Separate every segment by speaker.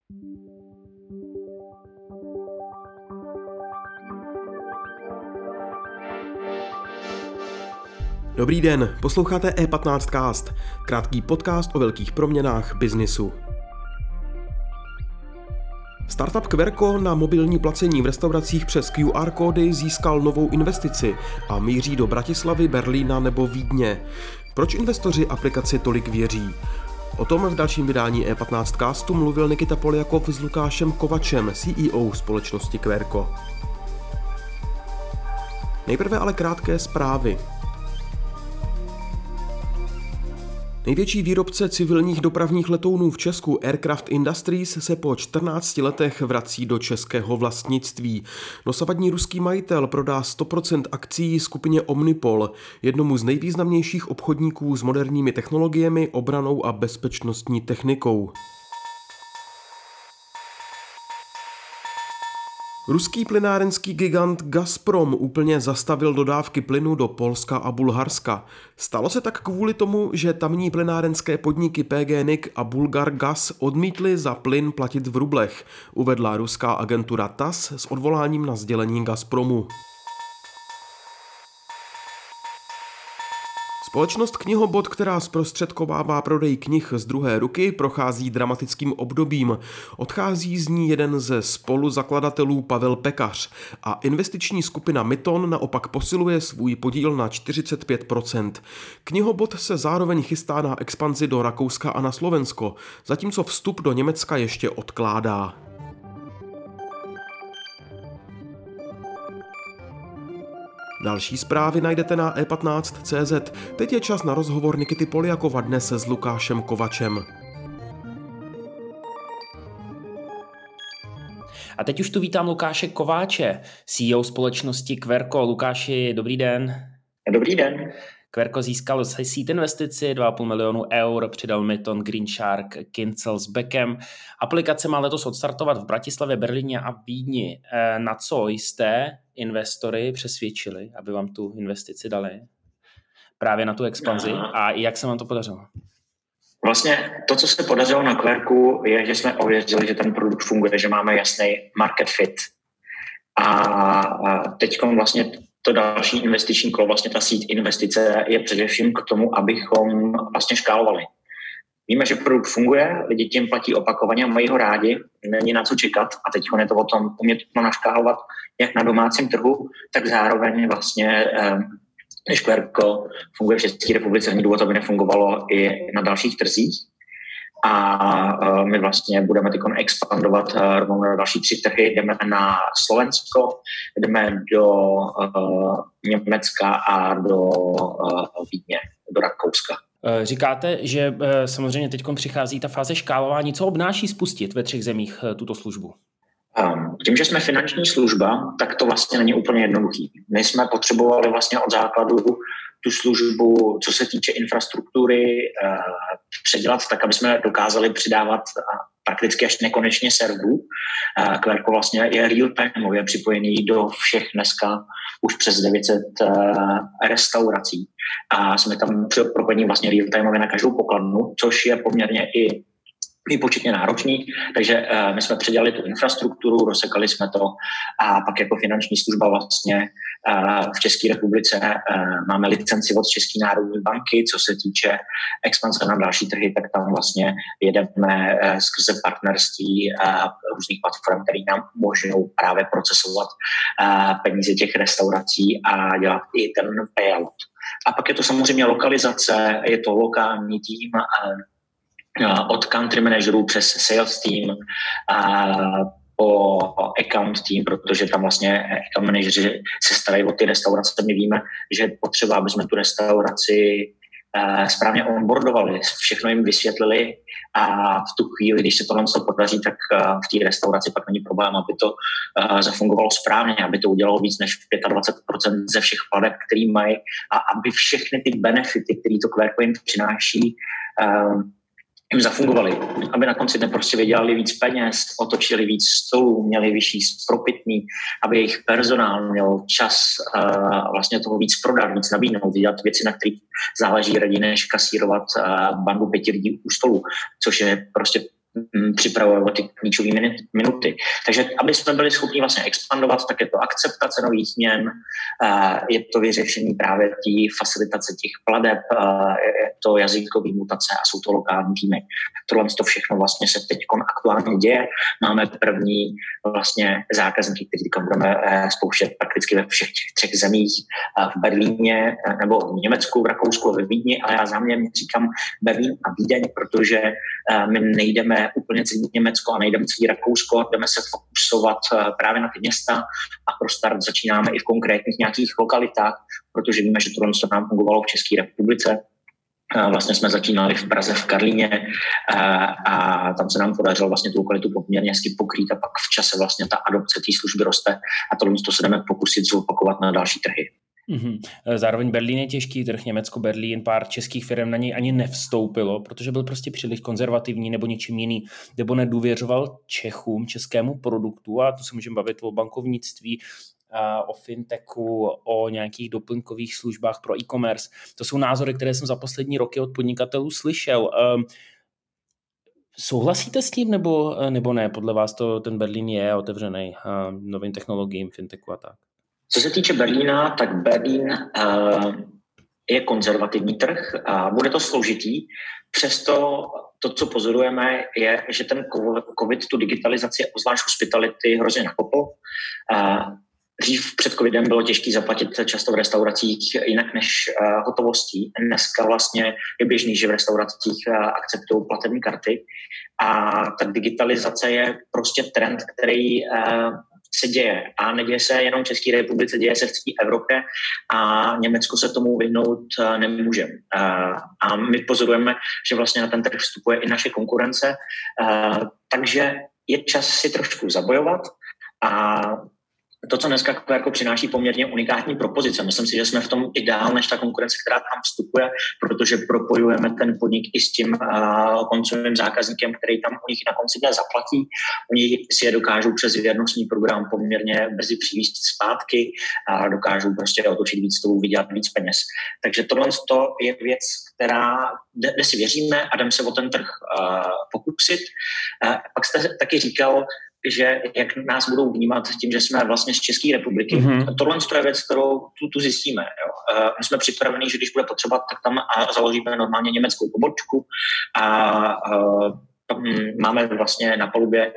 Speaker 1: Dobrý den, posloucháte E15cast, krátký podcast o velkých proměnách biznisu. Startup Qverko na mobilní placení v restauracích přes QR kódy získal novou investici a míří do Bratislavy, Berlína nebo Vídně. Proč investoři aplikaci tolik věří? O tom v dalším vydání E15castu mluvil Nikita Poljakov s Lukášem Kovačem, CEO společnosti Qverko. Nejprve ale krátké zprávy. Největší výrobce civilních dopravních letounů v Česku Aircraft Industries se po 14 letech vrací do českého vlastnictví. Dosavadní ruský majitel prodá 100% akcií skupině Omnipol, jednomu z nejvýznamnějších obchodníků s moderními technologiemi, obranou a bezpečnostní technikou. Ruský plynárenský gigant Gazprom úplně zastavil dodávky plynu do Polska a Bulharska. Stalo se tak kvůli tomu, že tamní plynárenské podniky PGNiG a Bulgargas odmítly za plyn platit v rublech, uvedla ruská agentura TASS s odvoláním na sdělení Gazpromu. Společnost Knihobot, která zprostředkovává prodej knih z druhé ruky, prochází dramatickým obdobím. Odchází z ní jeden ze spoluzakladatelů Pavel Pekař a investiční skupina Myton naopak posiluje svůj podíl na 45%. Knihobot se zároveň chystá na expanzi do Rakouska a na Slovensko, zatímco vstup do Německa ještě odkládá. Další zprávy najdete na e15.cz. Teď je čas na rozhovor Nikity Poljakova dnes s Lukášem Kovačem.
Speaker 2: A teď už tu vítám Lukáše Kováče, CEO společnosti Qverko. Lukáši, dobrý den.
Speaker 3: Dobrý den.
Speaker 2: Qverko získal seed investici 2,5 milionu eur, přidal Myton, Green Shark, Kincel s Beckem. Aplikace má letos odstartovat v Bratislavě, Berlíně a Vídni. Na co jste investory přesvědčili, aby vám tu investici dali? Právě na tu expanzi. A jak se vám to podařilo?
Speaker 3: Vlastně to, co se podařilo na Qverku, je, že jsme ověřili, že ten produkt funguje, že máme jasný market fit. A teď vlastně to další investiční kolo, vlastně ta seed investice je především k tomu, abychom vlastně škálovali. Víme, že produkt funguje, lidi tím platí opakovaně a mají ho rádi, není na co čekat a teď je to o tom umět to naškálovat jak na domácím trhu, tak zároveň vlastně než Qverko funguje v České republice, není důvod, aby nefungovalo i na dalších trzích. A my vlastně budeme teď expandovat rovnou na další 3 trhy. Jdeme na Slovensko, jdeme do Německa a do Vídně, do Rakouska.
Speaker 2: Říkáte, že samozřejmě teď přichází ta fáze škálování. Co obnáší spustit ve 3 zemích tuto službu?
Speaker 3: Tím, že jsme finanční služba, tak to vlastně není úplně jednoduchý. My jsme potřebovali vlastně od základu tu službu, co se týče infrastruktury, předělat tak, aby jsme dokázali přidávat prakticky až nekonečně serverů. Qverko vlastně je real-timeově připojený do všech dneska už přes 900 restaurací. A jsme tam propojení vlastně real-timeově na každou pokladnu, což je poměrně i početně náročný, takže my jsme předělali tu infrastrukturu, rozsekali jsme to a pak jako finanční služba vlastně v České republice máme licenci od České národní banky, co se týče expanze na další trhy, tak tam vlastně jedeme skrze partnerství různých platform, které nám umožňují právě procesovat peníze těch restaurací a dělat i ten payout. A pak je to samozřejmě lokalizace, je to lokální tým, od country managerů přes sales team po account team, protože tam vlastně account manažeři se starají o ty restaurace. My víme, že je potřeba, aby jsme tu restauraci správně onboardovali, všechno jim vysvětlili a v tu chvíli, když se tohle podaří, tak v té restauraci pak není problém, aby to zafungovalo správně, aby to udělalo víc než 25% ze všech plateb, který mají a aby všechny ty benefity, které to Qverko jim přináší, jim zafungovali, aby na konci dne prostě vydělali víc peněz, otočili víc stolů, měli vyšší propitný, aby jejich personál měl čas vlastně toho víc prodat, víc nabídnout, dělat věci, na kterých záleží raději, než kasírovat bandu 5 lidí u stolu, což je prostě připravuje o ty klíčové minuty. Takže aby jsme byli schopni vlastně expandovat, tak je to akceptace nových změn, je to vyřešení právě té facilitace těch plateb, je to jazykové mutace a jsou to lokální týmy. Tohle to všechno vlastně se teď aktuálně děje. Máme první vlastně zákazníky, kteří budeme spouštět prakticky ve všech 3 zemích, v Berlíně nebo v Německu, v Rakousku a ve Vídni, ale já záměrně říkám Berlín a Vídeň, protože my nejdeme úplně celý Německo a nejdeme celý Rakousko, jdeme se fokusovat právě na ty města a pro start začínáme i v konkrétních nějakých lokalitách, protože víme, že tohle nám fungovalo v České republice. Vlastně jsme začínali v Praze, v Karlíně a tam se nám podařilo vlastně tu lokalitu poměrně hezky pokrýt a pak v čase vlastně ta adopce té služby roste a tohle to se jdeme pokusit zopakovat na další trhy.
Speaker 2: Zároveň Berlín je těžký trh, Německo, Berlín, pár českých firm na něj ani nevstoupilo, protože byl prostě příliš konzervativní nebo něčím jiný, nebo nedůvěřoval Čechům, českému produktu, a to se můžeme bavit o bankovnictví, o fintechu, o nějakých doplňkových službách pro e-commerce. To jsou názory, které jsem za poslední roky od podnikatelů slyšel. Souhlasíte s tím nebo ne? Podle vás ten Berlín je otevřený novým technologiím, fintechu a tak?
Speaker 3: Co se týče Berlína, tak Berlín je konzervativní trh a bude to složitý. Přesto to, co pozorujeme, je, že ten COVID, tu digitalizaci, obzvlášť hospitality, hrozně nakopl. Dřív před covidem bylo těžké zaplatit často v restauracích jinak než hotovostí. Dneska vlastně je běžný, že v restauracích akceptují platební karty a ta digitalizace je prostě trend, který se děje. A neděje se jenom v České republice, děje se v celé Evropě a Německo se tomu vyhnout nemůže. A my pozorujeme, že vlastně na ten trh vstupuje i naše konkurence, takže je čas si trošku zabojovat a to, co dneska jako přináší poměrně unikátní propozice. Myslím si, že jsme v tom i dál než ta konkurence, která tam vstupuje, protože propojujeme ten podnik i s tím koncovým zákazníkem, který tam u nich na konci dne zaplatí. Oni si je dokážou přes věrnostní program poměrně brzy přivízt zpátky a dokážou prostě otočit víc toho, vydělat víc peněz. Takže tohle je věc, kde si věříme a jdeme se o ten trh pokusit. Pak jste taky říkal, že jak nás budou vnímat tím, že jsme vlastně z České republiky. Tohle je věc, kterou tu zjistíme. Jo. My jsme připraveni, že když bude potřeba, tak tam založíme normálně německou pobočku a máme vlastně na palubě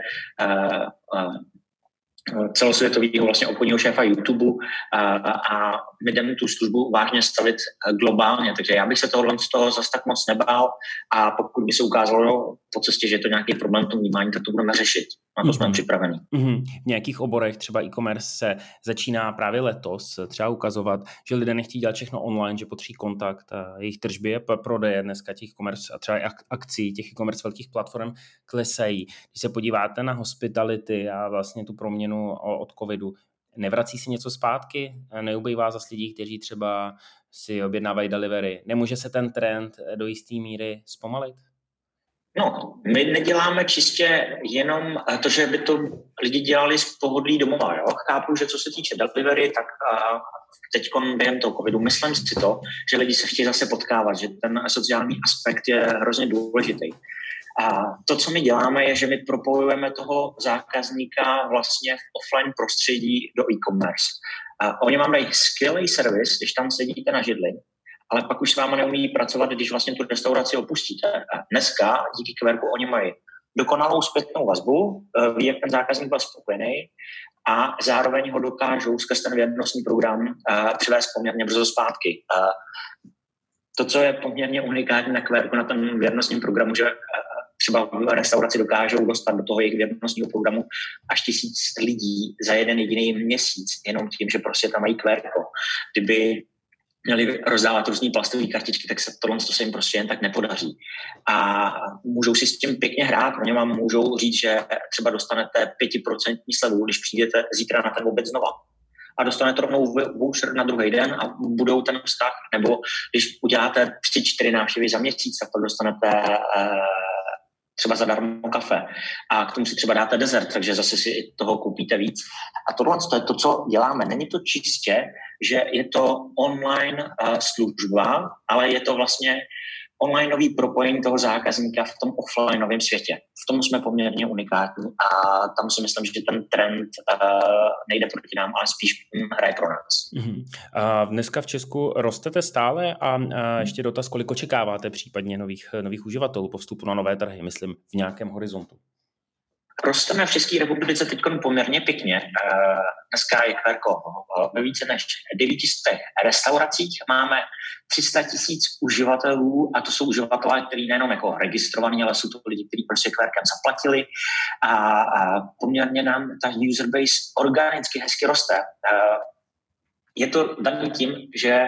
Speaker 3: celosvětového vlastně obchodního šéfa YouTube a my jdeme tu službu vážně stavit globálně, takže já bych se tohohle z toho zase tak moc nebál a pokud by se ukázalo po cestě, že je to nějaký problém v tom vnímání, tak to budeme řešit. Na to jsme připraveni.
Speaker 2: V nějakých oborech, třeba e-commerce, se začíná právě letos třeba ukazovat, že lidé nechtějí dělat všechno online, že potřebují kontakt a jejich tržby, prodeje dneska těch e-commerce a třeba akcí těch e-commerce velkých platform klesají. Když se podíváte na hospitality a vlastně tu proměnu od covidu, nevrací se něco zpátky? Neubývá zas lidí, kteří třeba si objednávají delivery? Nemůže se ten trend do jisté míry zpomalit?
Speaker 3: No, my neděláme čistě jenom to, že by to lidi dělali z pohodlí domova. Jo? Chápu, že co se týče delivery, tak teď během toho covidu myslím si to, že lidi se chtějí zase potkávat, že ten sociální aspekt je hrozně důležitý. A to, co my děláme, je, že my propojujeme toho zákazníka vlastně v offline prostředí do e-commerce. Oni vám dají skvělý servis, když tam sedíte na židli, ale pak už s váma neumí pracovat, když vlastně tu restauraci opustíte. A dneska díky QRku oni mají dokonalou zpětnou vazbu, ví, jak ten zákazník byl spokojený a zároveň ho dokážou skrz ten věrnostní program přivést poměrně brzo zpátky. To, co je poměrně unikátní na QRku, na ten věrnostním programu, že třeba v restauraci dokážou dostat do toho jejich věrnostního programu až 1000 lidí za jeden jediný měsíc, jenom tím, že prostě tam mají QRko. Kdyby měli rozdávat různý plastové kartičky, tak se jim prostě jen tak nepodaří. A můžou si s tím pěkně hrát, oni vám můžou říct, že třeba dostanete 5% slevu, když přijdete zítra na ten oběd znova. A dostanete rovnou voucher na druhý den a budou ten vztah, nebo když uděláte 3-4 návštěvy za měsíc, tak to dostanete třeba zadarmo kafe a k tomu si třeba dáte dezert, takže zase si toho koupíte víc. A tohle je to, co děláme. Není to čistě, že je to online služba, ale je to vlastně onlineový propojení toho zákazníka v tom offlineovém světě. V tom jsme poměrně unikátní a tam si myslím, že ten trend nejde proti nám, ale spíš hraje pro nás.
Speaker 2: A dneska v Česku rostete stále a ještě dotaz, kolik očekáváte případně nových uživatelů po vstupu na nové trhy, myslím, v nějakém horizontu?
Speaker 3: Rosteme v České republice teď poměrně pěkně. Dneska je ve více než 900 restauracích. Máme 300 000 uživatelů a to jsou uživatelé, kteří nejenom jako registrovaní, ale jsou to lidi, kteří prostě QRkem zaplatili a poměrně nám ta user base organicky hezky roste. Je to daný tím, že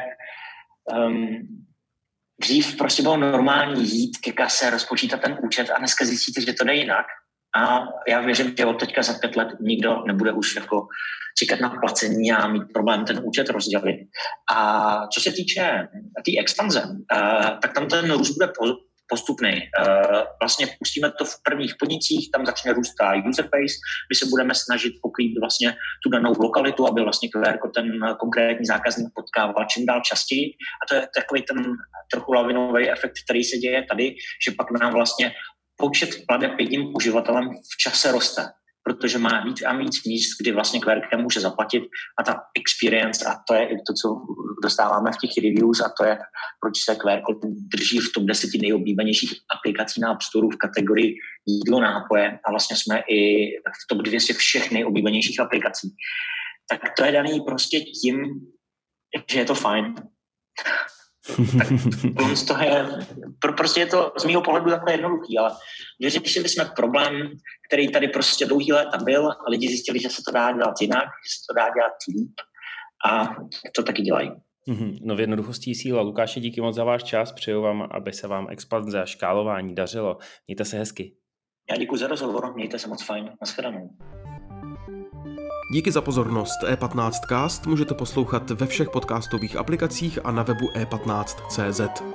Speaker 3: dřív prostě bylo normální jít ke kase, rozpočítat ten účet a dneska zjistíte, že to jde jinak. A já věřím, že od teďka za 5 let nikdo nebude už jako čekat na placení a mít problém ten účet rozdělit. A co se týče té expanze, tak tam ten růst bude postupný. Vlastně pustíme to v prvních podnicích, tam začne růst ta user base, my se budeme snažit pokrýt vlastně tu danou lokalitu, aby vlastně jako ten konkrétní zákazník potkával čím dál častěji. A to je takový ten trochu lavinový efekt, který se děje tady, že pak nám vlastně počet plateb jedním uživatelem v čase roste, protože má víc a víc míst, kdy vlastně QRkem může zaplatit a ta experience, a to je i to, co dostáváme v těch reviews, a to je, proč se QR drží v top 10 nejoblíbenějších aplikací na App Store v kategorii jídlo, nápoje a vlastně jsme i v top 200 všech nejoblíbenějších aplikací. Tak to je daný prostě tím, že je to fajn. Prostě je to z mýho pohledu takhle jednoduchý, ale vyřešili jsme problém, který tady prostě dlouhý léta byl a lidi zjistili, že se to dá dělat jinak, že se to dá dělat líp a to taky dělají.
Speaker 2: No v jednoduchosti je síla. Lukáši, díky moc za váš čas, přeju vám, aby se vám expanze a škálování dařilo. Mějte se hezky.
Speaker 3: Já děkuji za rozhovor, mějte se moc fajn, nashledanou.
Speaker 1: Díky za pozornost. E15cast můžete poslouchat ve všech podcastových aplikacích a na webu e15.cz.